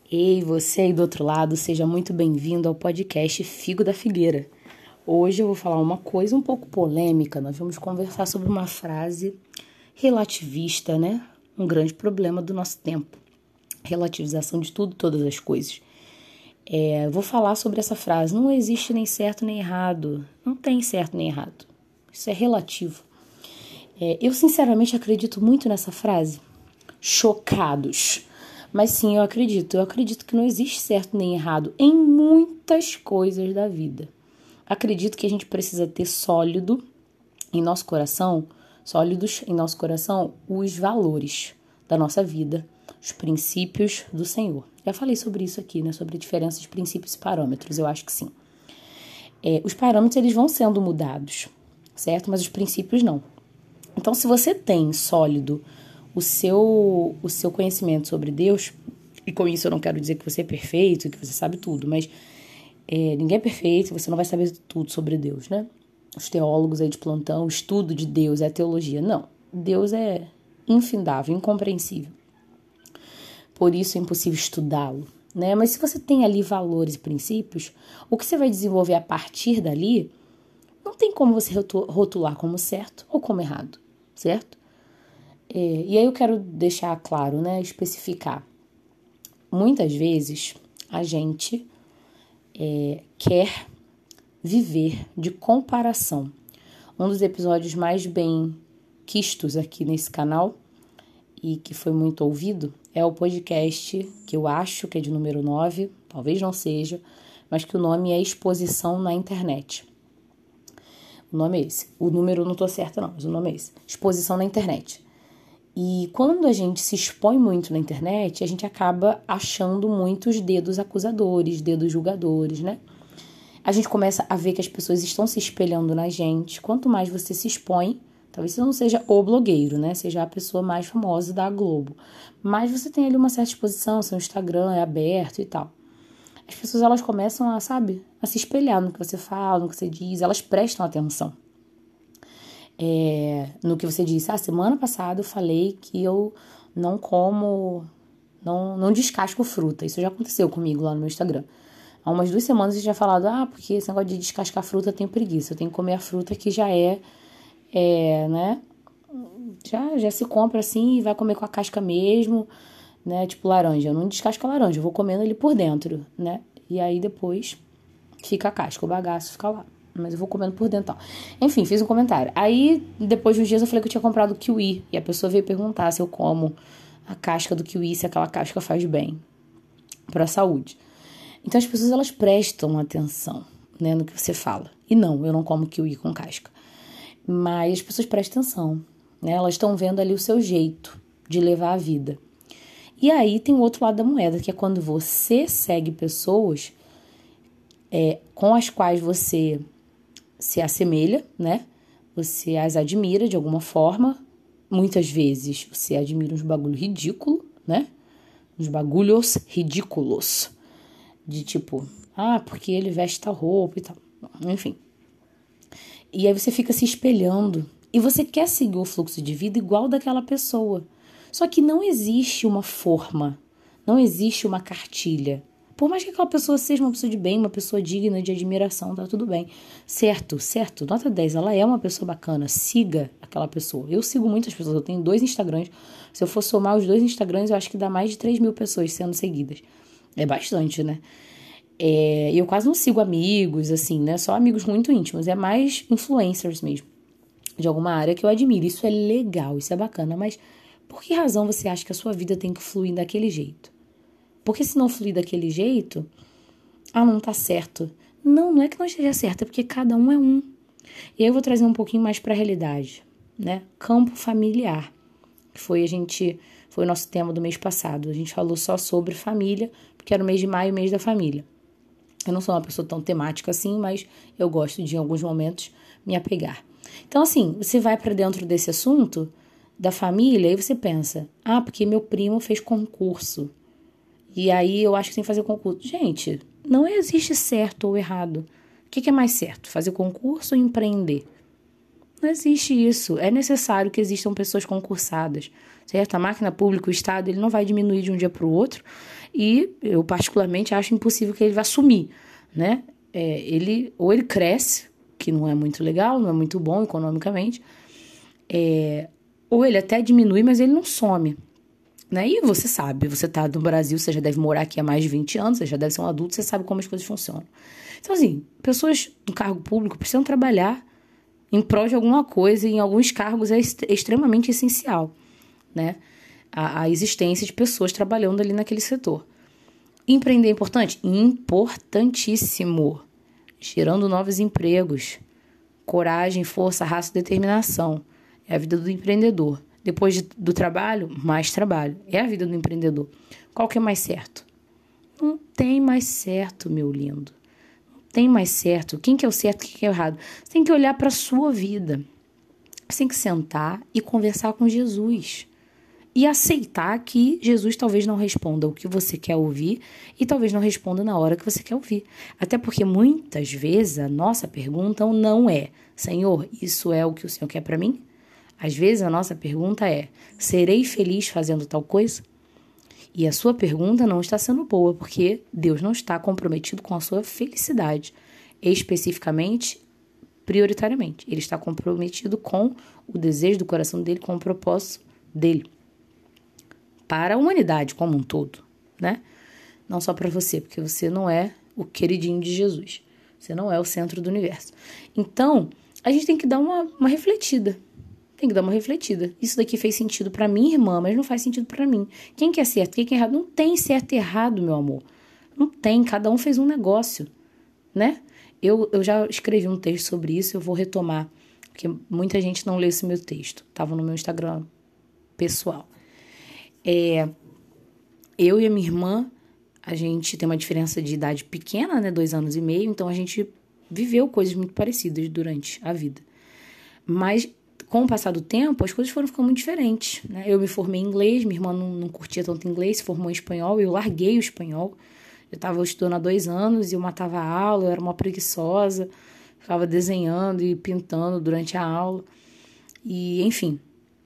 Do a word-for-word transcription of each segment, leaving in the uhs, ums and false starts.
Ei, você aí do outro lado, seja muito bem-vindo ao podcast Figo da Figueira. Hoje eu vou falar uma coisa um pouco polêmica. Nós vamos conversar sobre uma frase relativista, né? Um grande problema do nosso tempo. Relativização de tudo, todas as coisas. É, vou falar sobre essa frase. Não existe nem certo nem errado. Não tem certo nem errado. Isso é relativo. É, eu sinceramente acredito muito nessa frase. Chocados. Mas sim, eu acredito. Eu acredito que não existe certo nem errado em muitas coisas da vida. Acredito que a gente precisa ter sólido em nosso coração, sólidos em nosso coração, os valores da nossa vida, os princípios do Senhor. Já falei sobre isso aqui, né? Sobre a diferença de princípios e parâmetros. Eu acho que sim. É, os parâmetros, eles vão sendo mudados, certo? Mas os princípios não. Então, se você tem sólido o seu, o seu conhecimento sobre Deus, e com isso eu não quero dizer que você é perfeito, que você sabe tudo, mas é, ninguém é perfeito, você não vai saber tudo sobre Deus, né? Os teólogos aí de plantão, o estudo de Deus é a teologia. Não, Deus é infindável, incompreensível. Por isso é impossível estudá-lo, né? Mas se você tem ali valores e princípios, o que você vai desenvolver a partir dali, não tem como você rotular como certo ou como errado, certo? É, e aí eu quero deixar claro, né, especificar. Muitas vezes a gente é, quer viver de comparação. Um dos episódios mais bem quistos aqui nesse canal e que foi muito ouvido é o podcast que eu acho que é de número nove, talvez não seja, mas que o nome é Exposição na Internet. O nome é esse. O número não tô certa não, mas o nome é esse. Exposição na Internet. E quando a gente se expõe muito na internet, a gente acaba achando muitos dedos acusadores, dedos julgadores, né? A gente começa a ver que as pessoas estão se espelhando na gente. Quanto mais você se expõe, talvez você não seja o blogueiro, né? Seja a pessoa mais famosa da Globo. Mas você tem ali uma certa exposição, seu Instagram é aberto e tal. As pessoas, elas começam a, sabe, a se espelhar no que você fala, no que você diz, elas prestam atenção. É, no que você disse, ah, semana passada eu falei que eu não como, não, não descasco fruta. Isso já aconteceu comigo lá no meu Instagram. Há umas duas semanas eu tinha falado, ah, porque esse negócio de descascar fruta eu tenho preguiça. Eu tenho que comer a fruta que já é, é né, já, já se compra assim e vai comer com a casca mesmo, né, tipo laranja. Eu não descasco a laranja, eu vou comendo ele por dentro, né, e aí depois fica a casca, o bagaço fica lá. Mas eu vou comendo por dentro. Enfim, fiz um comentário. Aí, depois de uns dias, eu falei que eu tinha comprado kiwi. E a pessoa veio perguntar se eu como a casca do kiwi, se aquela casca faz bem pra saúde. Então, as pessoas, elas prestam atenção, né, no que você fala. E não, eu não como kiwi com casca. Mas as pessoas prestam atenção, né? Elas estão vendo ali o seu jeito de levar a vida. E aí, tem o outro lado da moeda, que é quando você segue pessoas é, com as quais você se assemelha, né? Você as admira de alguma forma. Muitas vezes você admira uns bagulho ridículo, né? Uns bagulhos ridículos. De tipo, ah, porque ele veste tal roupa e tal. Enfim. E aí você fica se espelhando. E você quer seguir o fluxo de vida igual daquela pessoa. Só que não existe uma forma. Não existe uma cartilha. Por mais que aquela pessoa seja uma pessoa de bem, uma pessoa digna de admiração, tá tudo bem. Certo, certo, nota dez, ela é uma pessoa bacana, siga aquela pessoa. Eu sigo muitas pessoas, eu tenho dois Instagrams. Se eu for somar os dois Instagrams, eu acho que dá mais de três mil pessoas sendo seguidas. É bastante, né? É, eu quase não sigo amigos, assim, né? Só amigos muito íntimos, é mais influencers mesmo. De alguma área que eu admiro. Isso é legal, isso é bacana, mas por que razão você acha que a sua vida tem que fluir daquele jeito? Porque se não fluir daquele jeito, ah, não tá certo. Não, não é que não esteja certo, é porque cada um é um. E aí eu vou trazer um pouquinho mais pra realidade, né? Campo familiar, que foi a gente, foi o nosso tema do mês passado. A gente falou só sobre família, porque era o mês de maio, o mês da família. Eu não sou uma pessoa tão temática assim, mas eu gosto de, em alguns momentos, me apegar. Então, assim, você vai pra dentro desse assunto da família e você pensa, ah, porque meu primo fez concurso. E aí eu acho que tem que fazer concurso. Gente, não existe certo ou errado. O que é mais certo? Fazer concurso ou empreender? Não existe isso. É necessário que existam pessoas concursadas, certo? A máquina pública, o Estado, ele não vai diminuir de um dia para o outro e eu particularmente acho impossível que ele vá sumir, né? É, ele, ou ele cresce, que não é muito legal, não é muito bom economicamente, é, ou ele até diminui, mas ele não some, né? E você sabe, você tá no Brasil, você já deve morar aqui há mais de vinte anos, você já deve ser um adulto, você sabe como as coisas funcionam. Então, assim, pessoas do cargo público precisam trabalhar em prol de alguma coisa, e em alguns cargos é est- extremamente essencial, né? A, a existência de pessoas trabalhando ali naquele setor. Empreender é importante? Importantíssimo. Gerando novos empregos. Coragem, força, raça e determinação. É a vida do empreendedor. Depois de, do trabalho, mais trabalho. É a vida do empreendedor. Qual que é mais certo? Não tem mais certo, meu lindo. Não tem mais certo. Quem que é o certo e quem que é o errado? Você tem que olhar para a sua vida. Você tem que sentar e conversar com Jesus. E aceitar que Jesus talvez não responda o que você quer ouvir e talvez não responda na hora que você quer ouvir. Até porque muitas vezes a nossa pergunta não é: Senhor, isso é o que o Senhor quer para mim? Às vezes a nossa pergunta é: serei feliz fazendo tal coisa? E a sua pergunta não está sendo boa, porque Deus não está comprometido com a sua felicidade, especificamente, prioritariamente. Ele está comprometido com o desejo do coração dele, com o propósito dele. Para a humanidade como um todo, né? Não só para você, porque você não é o queridinho de Jesus. Você não é o centro do universo. Então, a gente tem que dar uma, uma refletida. Tem que dar uma refletida. Isso daqui fez sentido para minha irmã, mas não faz sentido para mim. Quem que é certo, quem que é errado? Não tem certo e errado, meu amor. Não tem. Cada um fez um negócio, né? Eu, eu já escrevi um texto sobre isso, eu vou retomar, porque muita gente não leu esse meu texto. Estava no meu Instagram pessoal. É, eu e a minha irmã, a gente tem uma diferença de idade pequena, né? Dois anos e meio, então a gente viveu coisas muito parecidas durante a vida. Mas, com o passar do tempo, as coisas foram ficando muito diferentes, né? Eu me formei em inglês, minha irmã não, não curtia tanto inglês, se formou em espanhol, eu larguei o espanhol. Eu estava estudando há dois anos e eu matava a aula, eu era uma preguiçosa, ficava desenhando e pintando durante a aula. E, enfim...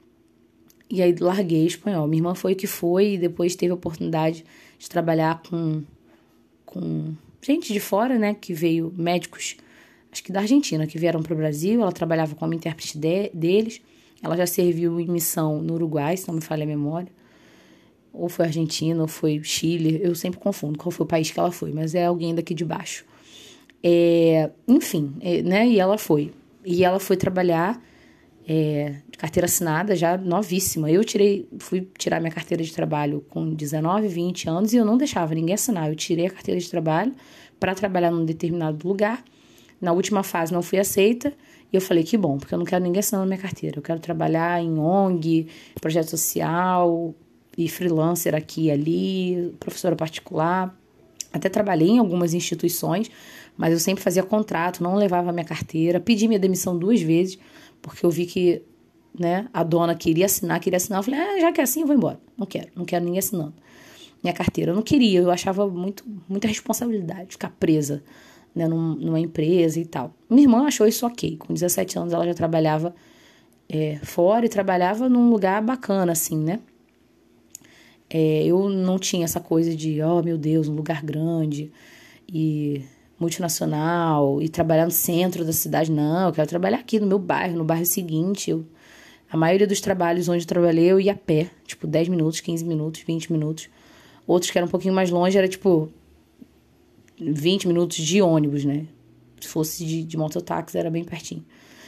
E aí larguei espanhol. Minha irmã foi o que foi e depois teve a oportunidade de trabalhar com, com gente de fora, né? Que veio, médicos, acho que da Argentina, que vieram para o Brasil. Ela trabalhava como intérprete de, deles. Ela já serviu em missão no Uruguai, se não me falha a memória. Ou foi Argentina, ou foi Chile. Eu sempre confundo qual foi o país que ela foi, mas é alguém daqui de baixo. É, enfim, é, né? E ela foi. E ela foi trabalhar... É, de carteira assinada, já novíssima. Eu tirei, fui tirar minha carteira de trabalho com dezenove, vinte anos e eu não deixava ninguém assinar. Eu tirei a carteira de trabalho para trabalhar num determinado lugar. Na última fase não fui aceita e eu falei que bom, porque eu não quero ninguém assinando minha carteira. Eu quero trabalhar em O N G, projeto social e freelancer aqui e ali, professora particular. Até trabalhei em algumas instituições, mas eu sempre fazia contrato, não levava minha carteira, pedi minha demissão duas vezes, porque eu vi que, né, a dona queria assinar, queria assinar. Eu falei, ah, já que é assim, eu vou embora. Não quero, não quero ninguém assinando minha carteira. Eu não queria, eu achava muito, muita responsabilidade ficar presa, né, num, numa empresa e tal. Minha irmã achou isso ok. Com dezessete anos ela já trabalhava é, fora e trabalhava num lugar bacana, assim, né? É, eu não tinha essa coisa de, oh, meu Deus, um lugar grande e... multinacional e trabalhar no centro da cidade. Não, eu quero trabalhar aqui no meu bairro, no bairro seguinte. Eu, a maioria dos trabalhos onde eu trabalhei, eu ia a pé, tipo dez minutos, quinze minutos, vinte minutos. Outros que eram um pouquinho mais longe, era tipo vinte minutos de ônibus, né? Se fosse de, de mototáxi, era bem pertinho.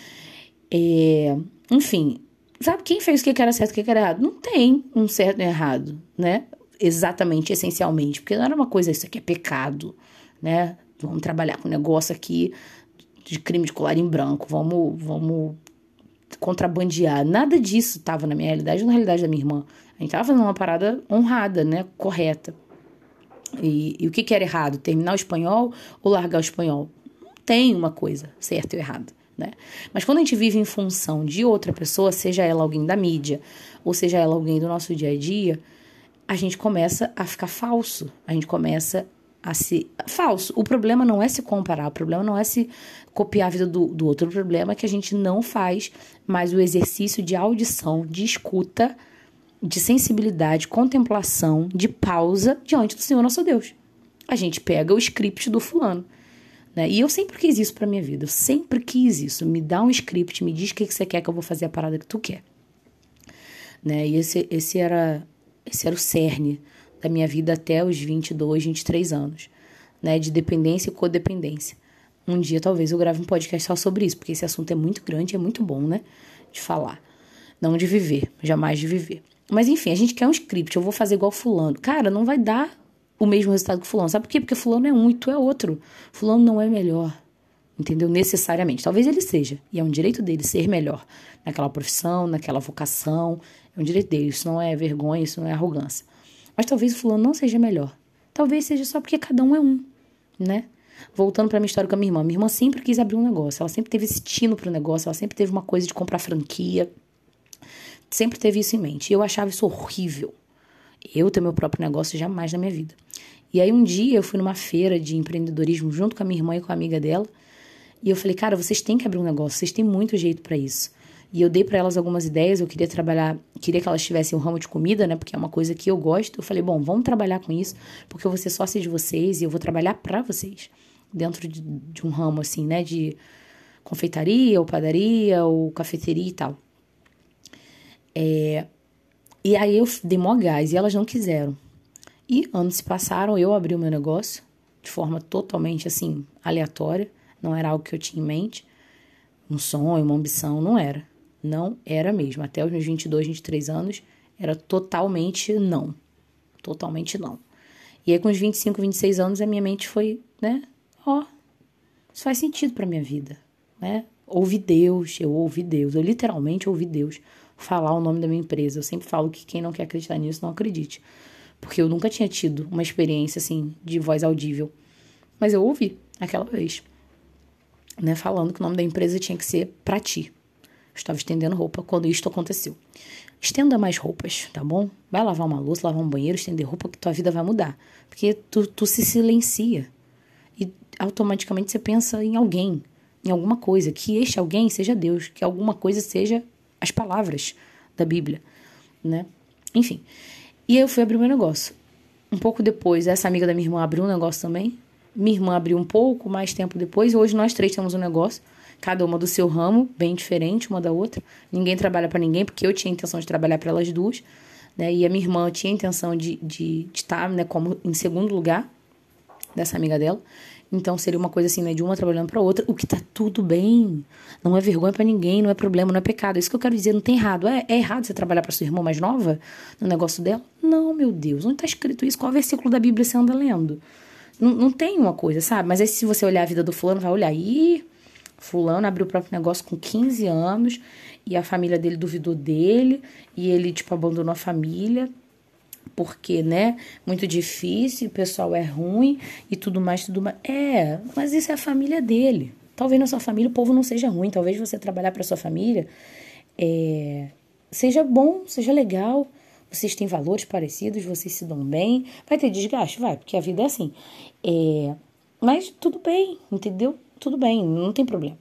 É, enfim, sabe quem fez o que era certo e o que era errado? Não tem um certo e um errado, né? Exatamente, essencialmente, porque não era uma coisa, isso aqui é pecado, né? Vamos trabalhar com um negócio aqui de crime de colarinho branco. Vamos, vamos contrabandear. Nada disso estava na minha realidade, na realidade da minha irmã. A gente estava fazendo uma parada honrada, né? Correta. E, e o que, que era errado? Terminar o espanhol ou largar o espanhol? Não tem uma coisa certa ou errada, né? Mas quando a gente vive em função de outra pessoa, seja ela alguém da mídia, ou seja ela alguém do nosso dia a dia, a gente começa a ficar falso. A gente começa a se... Falso. O problema não é se comparar, o problema não é se copiar a vida do, do outro. O problema é que a gente não faz mais o exercício de audição, de escuta, de sensibilidade, contemplação, de pausa diante do Senhor nosso Deus. A gente pega o script do fulano, né? E eu sempre quis isso pra minha vida, eu sempre quis isso. Me dá um script, me diz o que você quer que eu vou fazer a parada que tu quer. Né? E esse, esse, era, esse era o cerne da minha vida até os vinte e dois, vinte e três anos, né? De dependência e codependência. Um dia talvez eu grave um podcast só sobre isso, porque esse assunto é muito grande e é muito bom, né? De falar. Não de viver, jamais de viver. Mas enfim, a gente quer um script, eu vou fazer igual fulano. Cara, não vai dar o mesmo resultado que fulano. Sabe por quê? Porque fulano é um e tu é outro. Fulano não é melhor, entendeu? Necessariamente. Talvez ele seja, e é um direito dele ser melhor naquela profissão, naquela vocação. É um direito dele, isso não é vergonha, isso não é arrogância. Mas talvez o fulano não seja melhor. Talvez seja só porque cada um é um, né? Voltando pra minha história com a minha irmã. Minha irmã sempre quis abrir um negócio. Ela sempre teve esse tino pro negócio. Ela sempre teve uma coisa de comprar franquia. Sempre teve isso em mente. E eu achava isso horrível. Eu ter meu próprio negócio jamais na minha vida. E aí um dia eu fui numa feira de empreendedorismo junto com a minha irmã e com a amiga dela. E eu falei, cara, vocês têm que abrir um negócio. Vocês têm muito jeito pra isso. E eu dei pra elas algumas ideias. Eu queria trabalhar... Queria que elas tivessem um ramo de comida, né? Porque é uma coisa que eu gosto. Eu falei, bom, vamos trabalhar com isso. Porque eu vou ser sócia de vocês e eu vou trabalhar pra vocês. Dentro de, de um ramo, assim, né? De confeitaria, ou padaria, ou cafeteria e tal. É, e aí eu dei mó gás e elas não quiseram. E anos se passaram, eu abri o meu negócio de forma totalmente, assim, aleatória. Não era algo que eu tinha em mente. Um sonho, uma ambição, não era. Não era mesmo. Até os meus vinte e dois, vinte e três anos, era totalmente não. Totalmente não. E aí com os vinte e cinco, vinte e seis anos, a minha mente foi, né? Ó, isso faz sentido pra minha vida, né? Ouvi Deus, eu ouvi Deus. Eu literalmente ouvi Deus falar o nome da minha empresa. Eu sempre falo que quem não quer acreditar nisso, não acredite. Porque eu nunca tinha tido uma experiência, assim, de voz audível. Mas eu ouvi aquela vez, né? Falando que o nome da empresa tinha que ser Pra Ti. Eu estava estendendo roupa quando isto aconteceu. Estenda mais roupas, tá bom? Vai lavar uma louça, lavar um banheiro, estender roupa, que tua vida vai mudar. Porque tu, tu se silencia. E automaticamente você pensa em alguém, em alguma coisa. Que este alguém seja Deus. Que alguma coisa seja as palavras da Bíblia, né? Enfim. E aí eu fui abrir o meu negócio. Um pouco depois, essa amiga da minha irmã abriu um negócio também. Minha irmã abriu um pouco mais tempo depois. Hoje nós três temos um negócio. Cada uma do seu ramo, bem diferente uma da outra. Ninguém trabalha para ninguém, porque eu tinha a intenção de trabalhar para elas duas, né? E a minha irmã tinha a intenção de, de, de estar, né, como em segundo lugar dessa amiga dela. Então seria uma coisa assim, né, de uma trabalhando para outra, o que tá tudo bem. Não é vergonha para ninguém, não é problema, não é pecado. É isso que eu quero dizer, não tem errado. É, é errado você trabalhar para sua irmã mais nova no negócio dela? Não, meu Deus, onde tá escrito isso? Qual versículo da Bíblia você anda lendo? Não, não tem uma coisa, sabe? Mas aí se você olhar a vida do fulano, vai olhar, ih, fulano abriu o próprio negócio com quinze anos e a família dele duvidou dele e ele, tipo, abandonou a família porque, né, muito difícil, o pessoal é ruim e tudo mais, tudo mais. É, mas isso é a família dele. Talvez na sua família o povo não seja ruim, talvez você trabalhar para sua família é, seja bom, seja legal, vocês têm valores parecidos, vocês se dão bem. Vai ter desgaste? Vai, porque a vida é assim. É, mas tudo bem, entendeu? Tudo bem, não tem problema.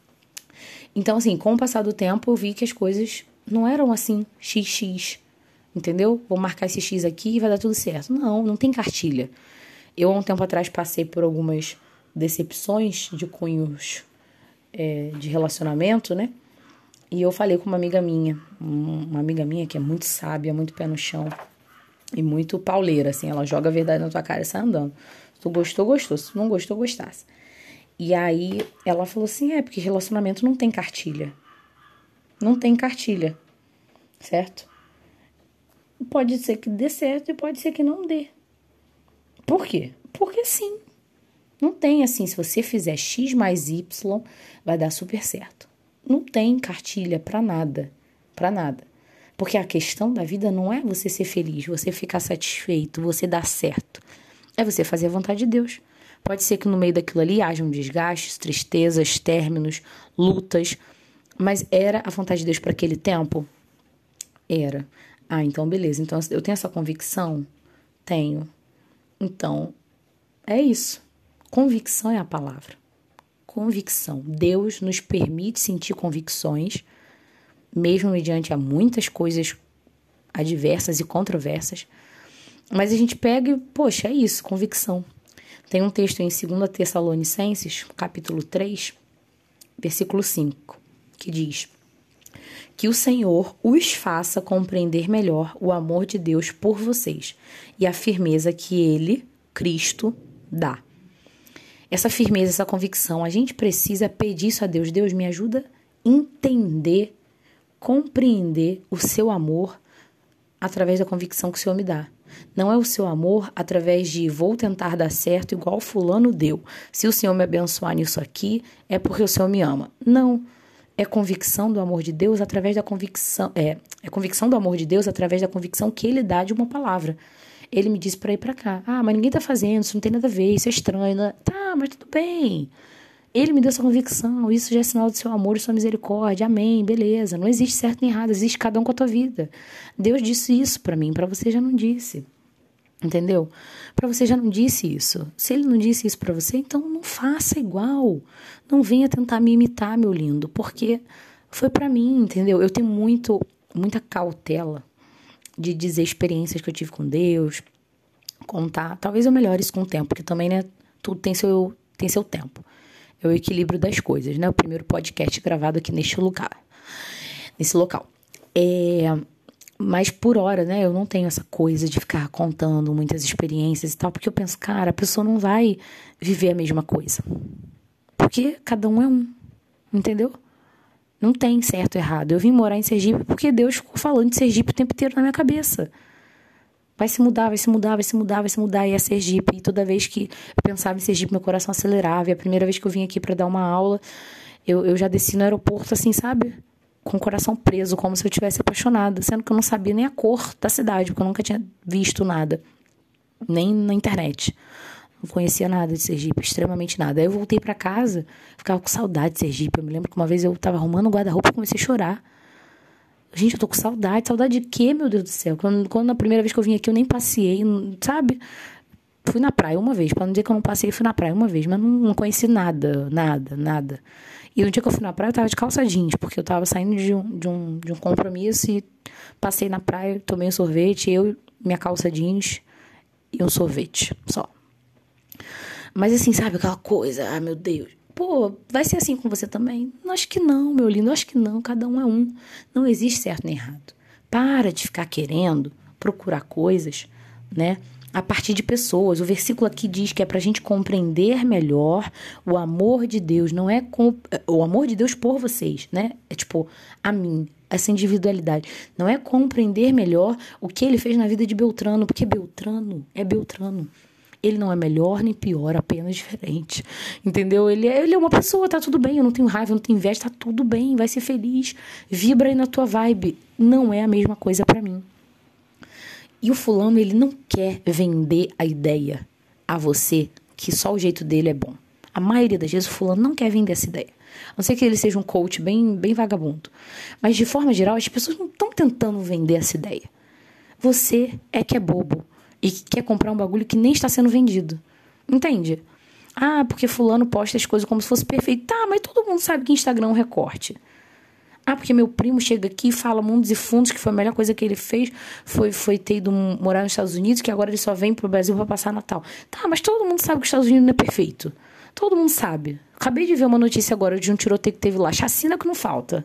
Então, assim, com o passar do tempo, eu vi que as coisas não eram assim, xis xis, entendeu? Vou marcar esse X aqui e vai dar tudo certo. Não, não tem cartilha. Eu, há um tempo atrás, passei por algumas decepções de cunhos é, de relacionamento, né? E eu falei com uma amiga minha, uma amiga minha que é muito sábia, muito pé no chão e muito pauleira, assim, ela joga a verdade na tua cara e sai andando. Se tu gostou, gostou. Se tu não gostou, gostasse. E aí ela falou assim, é, porque relacionamento não tem cartilha. Não tem cartilha, certo? Pode ser que dê certo e pode ser que não dê. Por quê? Porque sim. Não tem assim, se você fizer X mais Y, vai dar super certo. Não tem cartilha pra nada, pra nada. Porque a questão da vida não é você ser feliz, você ficar satisfeito, você dar certo. É você fazer a vontade de Deus. Pode ser que no meio daquilo ali hajam desgastes, tristezas, términos, lutas. Mas era a vontade de Deus para aquele tempo? Era. Ah, então beleza. Então eu tenho essa convicção? Tenho. Então, é isso. Convicção é a palavra. Convicção. Deus nos permite sentir convicções, mesmo mediante a muitas coisas adversas e controversas. Mas a gente pega e, poxa, é isso, convicção. Tem um texto em segunda Tessalonicenses, capítulo três, versículo cinco, que diz: que o Senhor os faça compreender melhor o amor de Deus por vocês e a firmeza que Ele, Cristo, dá. Essa firmeza, essa convicção, a gente precisa pedir isso a Deus. Deus, me ajuda a entender, compreender o seu amor através da convicção que o Senhor me dá. Não é o seu amor através de vou tentar dar certo igual fulano deu. Se o Senhor me abençoar nisso aqui, é porque o Senhor me ama. Não. É convicção do amor de Deus através da convicção... É, é convicção do amor de Deus através da convicção que Ele dá de uma palavra. Ele me disse pra ir pra cá. Ah, mas ninguém tá fazendo, isso não tem nada a ver, isso é estranho. Né? Tá, mas tudo bem. Ele me deu essa convicção, isso já é sinal do seu amor e sua misericórdia. Amém, beleza. Não existe certo nem errado, existe cada um com a tua vida. Deus disse isso pra mim, pra você já não disse. Entendeu? Pra você já não disse isso. Se ele não disse isso pra você, então não faça igual. Não venha tentar me imitar, meu lindo, porque foi pra mim, entendeu? Eu tenho muito, muita cautela de dizer experiências que eu tive com Deus, contar. Talvez eu melhore isso com o tempo, porque também, né, tudo tem seu, tem seu tempo. É o equilíbrio das coisas, né? O primeiro podcast gravado aqui neste lugar, nesse local. É... Mas por hora, né, eu não tenho essa coisa de ficar contando muitas experiências e tal, porque eu penso, cara, a pessoa não vai viver a mesma coisa. Porque cada um é um, entendeu? Não tem certo e errado. Eu vim morar em Sergipe porque Deus ficou falando de Sergipe o tempo inteiro na minha cabeça. Vai se mudar, vai se mudar, vai se mudar, vai se mudar, e é Sergipe. E toda vez que eu pensava em Sergipe, meu coração acelerava. E a primeira vez que eu vim aqui pra dar uma aula, eu, eu já desci no aeroporto assim, sabe? Com o coração preso, como se eu tivesse apaixonada, sendo que eu não sabia nem a cor da cidade, porque eu nunca tinha visto nada, nem na internet. Não conhecia nada de Sergipe, extremamente nada. Aí eu voltei pra casa, ficava com saudade de Sergipe. Eu me lembro que uma vez eu tava arrumando o guarda-roupa e comecei a chorar. Gente, eu tô com saudade. Saudade de quê, meu Deus do céu? Quando, quando a primeira vez que eu vim aqui, eu nem passei, sabe? Fui na praia uma vez. Pra não dizer que eu não passei, fui na praia uma vez. Mas não, não conheci nada, nada, nada. E no dia que eu fui na praia, eu tava de calça jeans, porque eu tava saindo de um, de um, de um compromisso e passei na praia, tomei um sorvete, eu, minha calça jeans e um sorvete, só. Mas assim, sabe, aquela coisa, ah, meu Deus, pô, vai ser assim com você também? Acho que não, meu lindo, acho que não, cada um é um. Não existe certo nem errado. Para de ficar querendo procurar coisas, né, a partir de pessoas. O versículo aqui diz que é pra gente compreender melhor o amor de Deus, não é com, o amor de Deus por vocês, né? É tipo, a mim, essa individualidade. Não é compreender melhor o que ele fez na vida de Beltrano, porque Beltrano é Beltrano. Ele não é melhor nem pior, apenas diferente. Entendeu? Ele é, ele é uma pessoa, tá tudo bem, eu não tenho raiva, eu não tenho inveja, tá tudo bem, vai ser feliz. Vibra aí na tua vibe. Não é a mesma coisa pra mim. E o fulano, ele não quer vender a ideia a você que só o jeito dele é bom. A maioria das vezes o fulano não quer vender essa ideia. A não ser que ele seja um coach bem, bem vagabundo. Mas de forma geral, as pessoas não estão tentando vender essa ideia. Você é que é bobo e que quer comprar um bagulho que nem está sendo vendido. Entende? Ah, porque fulano posta as coisas como se fosse perfeito. Tá, mas todo mundo sabe que Instagram é um recorte. Ah, porque meu primo chega aqui e fala mundos e fundos que foi a melhor coisa que ele fez foi, foi ter ido morar nos Estados Unidos, que agora ele só vem pro Brasil para passar Natal. Tá, mas todo mundo sabe que os Estados Unidos não é perfeito. Todo mundo sabe. Acabei de ver uma notícia agora de um tiroteio que teve lá. Chacina que não falta.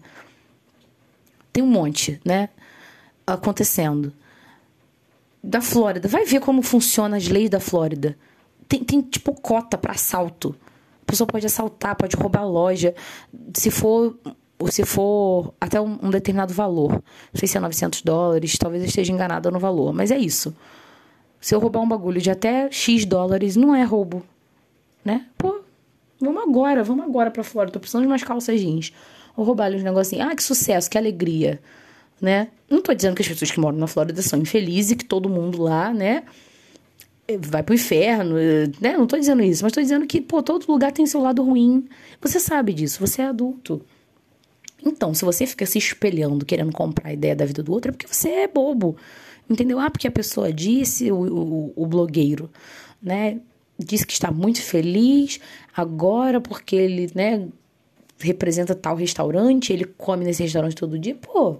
Tem um monte, né, acontecendo. Da Flórida. Vai ver como funcionam as leis da Flórida. Tem, tem tipo, cota para assalto. A pessoa pode assaltar, pode roubar a loja. Se for... ou se for até um, um determinado valor. Não sei se é novecentos dólares, talvez eu esteja enganada no valor, mas é isso. Se eu roubar um bagulho de até X dólares, não é roubo, né? Pô, vamos agora, vamos agora pra Flórida, tô precisando de umas calças jeans. Vou roubar ali uns negocinhos. Ah, que sucesso, que alegria, né? Não tô dizendo que as pessoas que moram na Flórida são infelizes, que todo mundo lá, né, vai pro inferno, né? Não tô dizendo isso, mas tô dizendo que, pô, todo lugar tem seu lado ruim. Você sabe disso, você é adulto. Então, se você fica se espelhando, querendo comprar a ideia da vida do outro, é porque você é bobo, entendeu? Ah, porque a pessoa disse, o, o, o blogueiro, né, disse que está muito feliz agora porque ele, né, representa tal restaurante, ele come nesse restaurante todo dia. Pô,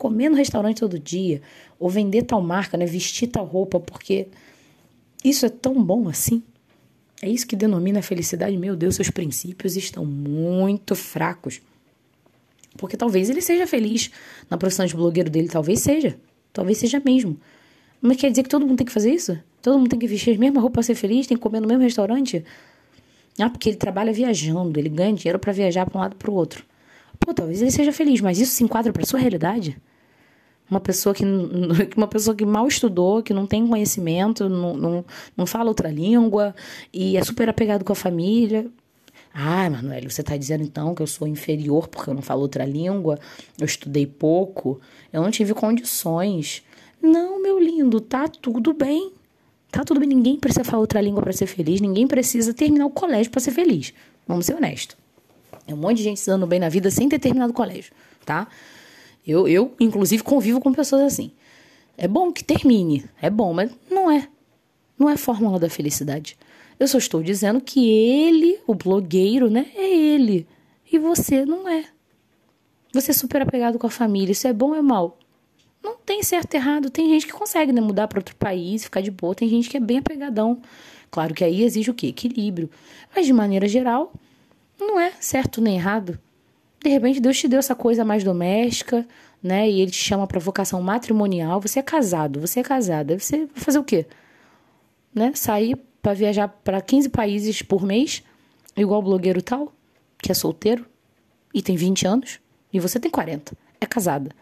comer no restaurante todo dia, ou vender tal marca, né? Vestir tal roupa, porque isso é tão bom assim. É isso que denomina a felicidade. Meu Deus, seus princípios estão muito fracos. Porque talvez ele seja feliz na profissão de blogueiro dele, talvez seja. Talvez seja mesmo. Mas quer dizer que todo mundo tem que fazer isso? Todo mundo tem que vestir a mesma roupa para ser feliz? Tem que comer no mesmo restaurante? Ah, porque ele trabalha viajando, ele ganha dinheiro para viajar para um lado para o outro. Pô, talvez ele seja feliz, mas isso se enquadra para sua realidade? Uma pessoa que, uma pessoa que mal estudou, que não tem conhecimento, não, não, não fala outra língua e é super apegado com a família. Ah, Manoel, você está dizendo então que eu sou inferior porque eu não falo outra língua, eu estudei pouco, eu não tive condições. Não, meu lindo, tá tudo bem. Tá tudo bem, ninguém precisa falar outra língua para ser feliz, ninguém precisa terminar o colégio para ser feliz. Vamos ser honestos. É um monte de gente se dando bem na vida sem ter terminado o colégio, tá? Eu, eu, inclusive, convivo com pessoas assim. É bom que termine, é bom, mas não é. Não é fórmula da felicidade. Eu só estou dizendo que ele, o blogueiro, né, é ele. E você não é. Você é super apegado com a família, isso é bom ou é mal? Não tem certo e errado. Tem gente que consegue, né, mudar para outro país, ficar de boa. Tem gente que é bem apegadão. Claro que aí exige o quê? Equilíbrio. Mas, de maneira geral, não é certo nem errado. De repente, Deus te deu essa coisa mais doméstica, né? E Ele te chama para vocação matrimonial. Você é casado, você é casada. Você vai fazer o quê? Né? Sair para viajar para quinze países por mês, igual o blogueiro tal, que é solteiro e tem vinte anos, e você tem quarenta. É casada.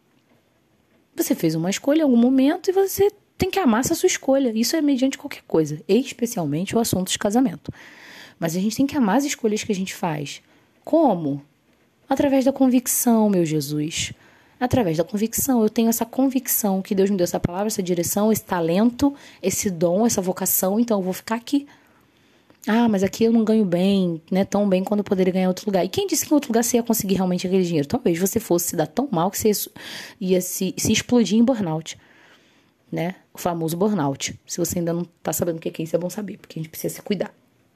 Você fez uma escolha em algum momento e você tem que amar essa sua escolha. Isso é mediante qualquer coisa, especialmente o assunto de casamento. Mas a gente tem que amar as escolhas que a gente faz. Como? Através da convicção, meu Jesus. Através da convicção. Eu tenho essa convicção que Deus me deu essa palavra, essa direção, esse talento, esse dom, essa vocação, então eu vou ficar aqui. Ah, mas aqui eu não ganho bem, né, tão bem quanto eu poderia ganhar em outro lugar. E quem disse que em outro lugar você ia conseguir realmente aquele dinheiro? Talvez você fosse se dar tão mal que você ia se, se explodir em burnout, né? O famoso burnout. Se você ainda não tá sabendo o que é isso, é bom saber, porque a gente precisa se cuidar,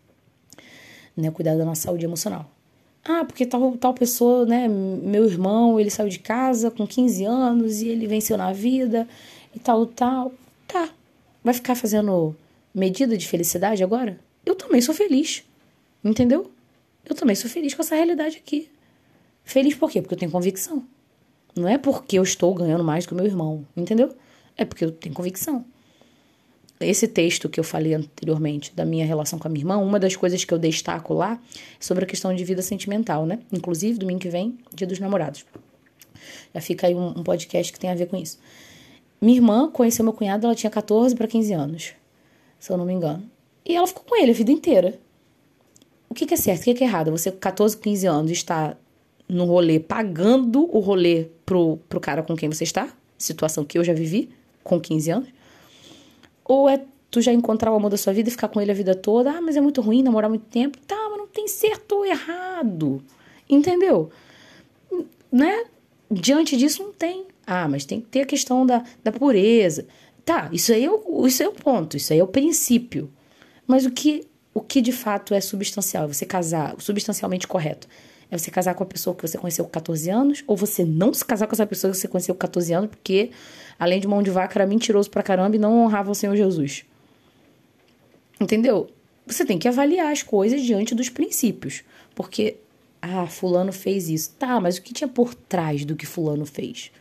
né? Cuidar da nossa saúde emocional. Ah, porque tal, tal pessoa, né, meu irmão, ele saiu de casa com quinze anos e ele venceu na vida e tal, tal. Tá, vai ficar fazendo medida de felicidade agora? Eu também sou feliz, entendeu? Eu também sou feliz com essa realidade aqui. Feliz por quê? Porque eu tenho convicção. Não é porque eu estou ganhando mais do que o meu irmão, entendeu? É porque eu tenho convicção. Esse texto que eu falei anteriormente da minha relação com a minha irmã, uma das coisas que eu destaco lá é sobre a questão de vida sentimental, né? Inclusive, domingo que vem, Dia dos Namorados. Já fica aí um, um podcast que tem a ver com isso. Minha irmã conheceu meu cunhado, ela tinha catorze para quinze anos, se eu não me engano. E ela ficou com ele a vida inteira. O que, que é certo? O que, que é errado? Você com catorze, quinze anos está no rolê pagando o rolê pro, pro cara com quem você está, situação que eu já vivi com quinze anos. Ou é tu já encontrar o amor da sua vida e ficar com ele a vida toda. Ah, mas é muito ruim namorar muito tempo. Tá, mas não tem certo ou errado. Entendeu? Né? Diante disso não tem. Ah, mas tem que ter a questão da, da pureza. Tá, isso aí, é o, isso aí é o ponto. Isso aí é o princípio. Mas o que, o que de fato é substancial? Você casar, o substancialmente correto. É você casar com a pessoa que você conheceu com catorze anos, ou você não se casar com essa pessoa que você conheceu com catorze anos, porque, além de mão de vaca, era mentiroso pra caramba e não honrava o Senhor Jesus. Entendeu? Você tem que avaliar as coisas diante dos princípios. Porque, ah, fulano fez isso. Tá, mas o que tinha por trás do que fulano fez?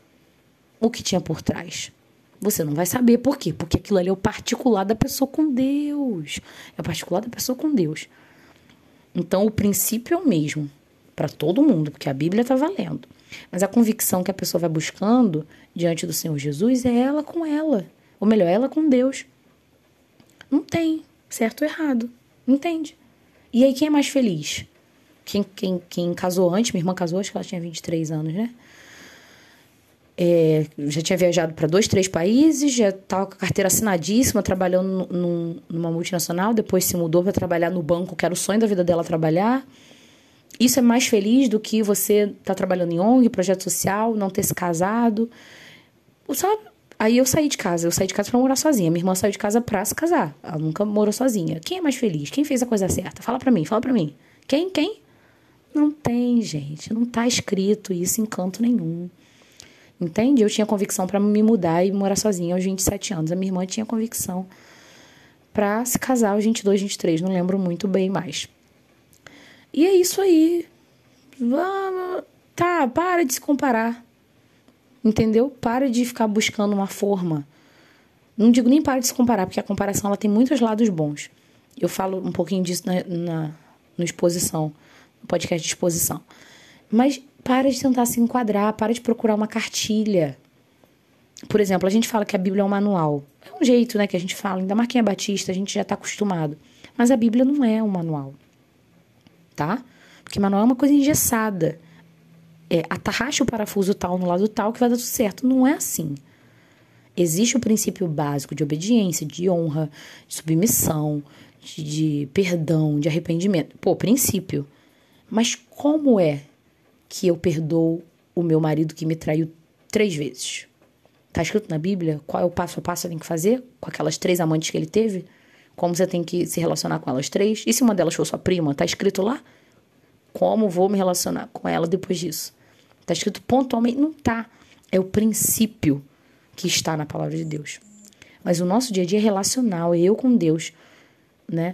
O que tinha por trás? Você não vai saber por quê? Porque aquilo ali é o particular da pessoa com Deus. É o particular da pessoa com Deus. Então, o princípio é o mesmo para todo mundo, porque a Bíblia está valendo. Mas a convicção que a pessoa vai buscando diante do Senhor Jesus é ela com ela. Ou melhor, ela com Deus. Não tem certo ou errado. Entende? E aí, quem é mais feliz? Quem, quem, quem casou antes, minha irmã casou, acho que ela tinha vinte e três anos, né? É, já tinha viajado para dois, três países, já estava com a carteira assinadíssima, trabalhando num, numa multinacional, depois se mudou para trabalhar no banco, que era o sonho da vida dela trabalhar. Isso é mais feliz do que você estar tá trabalhando em O N G, projeto social, não ter se casado. Sabe? Aí eu saí de casa, eu saí de casa para morar sozinha. Minha irmã saiu de casa para se casar, ela nunca morou sozinha. Quem é mais feliz? Quem fez a coisa certa? Fala para mim, fala para mim. Quem? Quem? Não tem, gente, não tá escrito isso em canto nenhum. Entende? Eu tinha convicção para me mudar e morar sozinha aos vinte e sete anos. A minha irmã tinha convicção para se casar aos vinte e dois, vinte e três, não lembro muito bem mais. E é isso aí. Vamos... Tá, para de se comparar. Entendeu? Para de ficar buscando uma forma. Não digo nem para de se comparar, porque a comparação ela tem muitos lados bons. Eu falo um pouquinho disso na, na, no exposição, no podcast de exposição. Mas para de tentar se enquadrar, para de procurar uma cartilha. Por exemplo, a gente fala que a Bíblia é um manual. É um jeito, né, que a gente fala. Ainda mais quem é batista, a gente já está acostumado. Mas a Bíblia não é um manual. Tá? Porque manual é uma coisa engessada. É, atarraste o parafuso tal no lado tal que vai dar tudo certo. Não é assim. Existe o princípio básico de obediência, de honra, de submissão, de, de perdão, de arrependimento. Pô, princípio. Mas como é que eu perdoo o meu marido que me traiu três vezes? Tá escrito na Bíblia qual é o passo a passo que eu tenho que fazer com aquelas três amantes que ele teve? Como você tem que se relacionar com elas três? E se uma delas for sua prima? Tá escrito lá? Como vou me relacionar com ela depois disso? Tá escrito pontualmente? Não tá. É o princípio que está na palavra de Deus. Mas o nosso dia a dia é relacional, é eu com Deus, né?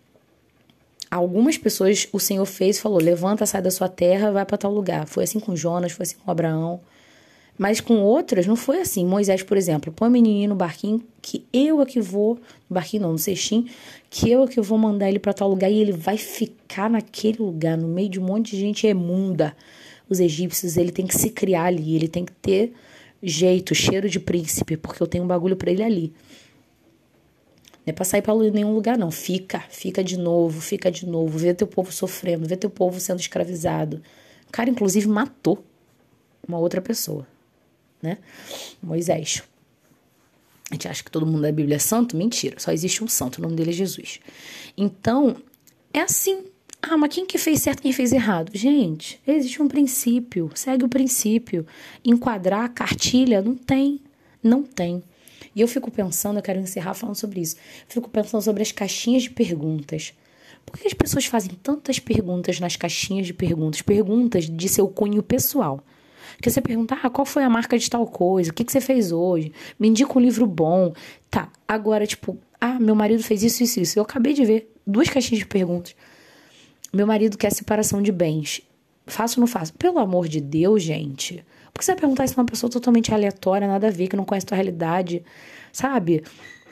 Algumas pessoas o Senhor fez e falou, levanta, sai da sua terra, vai para tal lugar. Foi assim com Jonas, foi assim com Abraão. Mas com outras não foi assim. Moisés, por exemplo, põe o menininho no barquinho, que eu é que vou, no barquinho não, no cestinho, que eu é que vou mandar ele para tal lugar e ele vai ficar naquele lugar, no meio de um monte de gente imunda. Os egípcios, ele tem que se criar ali, ele tem que ter jeito, cheiro de príncipe, porque eu tenho um bagulho pra ele ali. Não é pra sair pra nenhum lugar, não. Fica, fica de novo, fica de novo. Vê teu povo sofrendo, vê teu povo sendo escravizado. O cara, inclusive, matou uma outra pessoa, né? Moisés. A gente acha que todo mundo da Bíblia é santo? Mentira, só existe um santo, o nome dele é Jesus. Então, é assim. Ah, mas quem que fez certo, quem fez errado? Gente, existe um princípio, segue o princípio. Enquadrar, cartilha, não tem, não tem. E eu fico pensando, eu quero encerrar falando sobre isso, fico pensando sobre as caixinhas de perguntas. Por que as pessoas fazem tantas perguntas nas caixinhas de perguntas? Perguntas de seu cunho pessoal. Porque você pergunta, ah, qual foi a marca de tal coisa? O que, que você fez hoje? Me indica um livro bom. Tá, agora, tipo, ah, meu marido fez isso, isso, isso. Eu acabei de ver duas caixinhas de perguntas. Meu marido quer separação de bens. Faço ou não faço? Pelo amor de Deus, gente. Por que você vai perguntar isso pra uma pessoa totalmente aleatória, nada a ver, que não conhece a tua realidade? Sabe?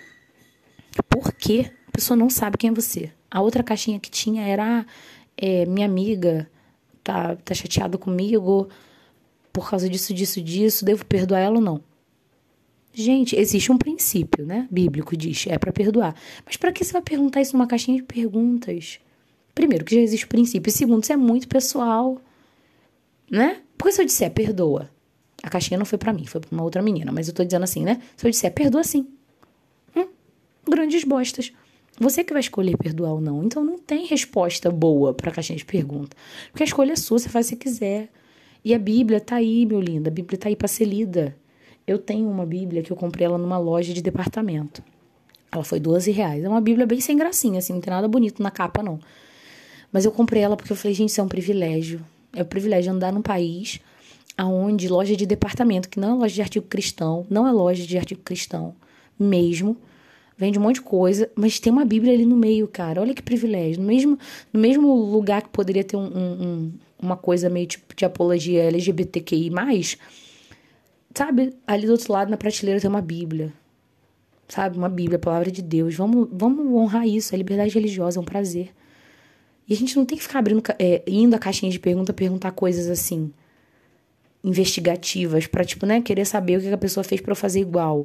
Por quê? A pessoa não sabe quem é você. A outra caixinha que tinha era, é, minha amiga tá, tá chateada comigo por causa disso, disso, disso. Devo perdoar ela ou não? Gente, existe um princípio, né? Bíblico diz, é pra perdoar. Mas pra que você vai perguntar isso numa caixinha de perguntas? Primeiro, que já existe o princípio. E segundo, isso é muito pessoal, né? Porque se eu disser perdoa, a caixinha não foi pra mim, foi pra uma outra menina. Mas eu tô dizendo assim, né? Se eu disser perdoa sim. Hum, grandes bostas. Você que vai escolher perdoar ou não. Então não tem resposta boa pra caixinha de pergunta. Porque a escolha é sua, você faz o que você quiser. E a Bíblia tá aí, meu lindo. A Bíblia tá aí pra ser lida. Eu tenho uma Bíblia que eu comprei ela numa loja de departamento. Ela foi doze reais. É uma Bíblia bem sem gracinha, assim. Não tem nada bonito na capa, não. Mas eu comprei ela porque eu falei, gente, isso é um privilégio. É um privilégio andar num país onde loja de departamento, que não é loja de artigo cristão, não é loja de artigo cristão mesmo, vende um monte de coisa, mas tem uma Bíblia ali no meio, cara. Olha que privilégio. No mesmo, no mesmo lugar que poderia ter um, um, um, uma coisa meio tipo de apologia L G B T Q I mais, sabe? Ali do outro lado, na prateleira, tem uma Bíblia. Sabe? Uma Bíblia, a palavra de Deus. Vamos, vamos honrar isso. A liberdade religiosa é um prazer. E a gente não tem que ficar abrindo, é, indo a caixinha de pergunta, perguntar coisas assim, investigativas, pra, tipo, né, querer saber o que a pessoa fez pra eu fazer igual.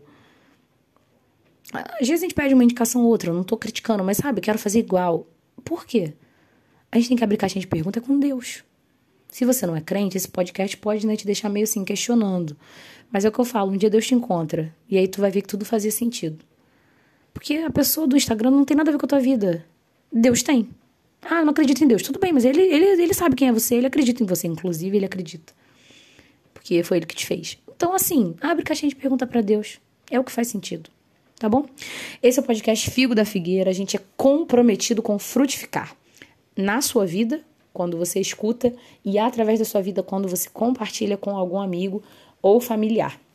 Às vezes a gente pede uma indicação ou outra, eu não tô criticando, mas sabe, eu quero fazer igual. Por quê? A gente tem que abrir caixinha de pergunta com Deus. Se você não é crente, esse podcast pode, né, te deixar meio assim, questionando. Mas é o que eu falo, um dia Deus te encontra, e aí tu vai ver que tudo fazia sentido. Porque a pessoa do Instagram não tem nada a ver com a tua vida. Deus tem. Ah, não acredito em Deus. Tudo bem, mas ele, ele, ele sabe quem é você, ele acredita em você, inclusive, ele acredita. Porque foi ele que te fez. Então, assim, abre caixinha de pergunta pra Deus. É o que faz sentido. Tá bom? Esse é o podcast Figo da Figueira. A gente é comprometido com frutificar na sua vida, quando você escuta, e através da sua vida, quando você compartilha com algum amigo ou familiar.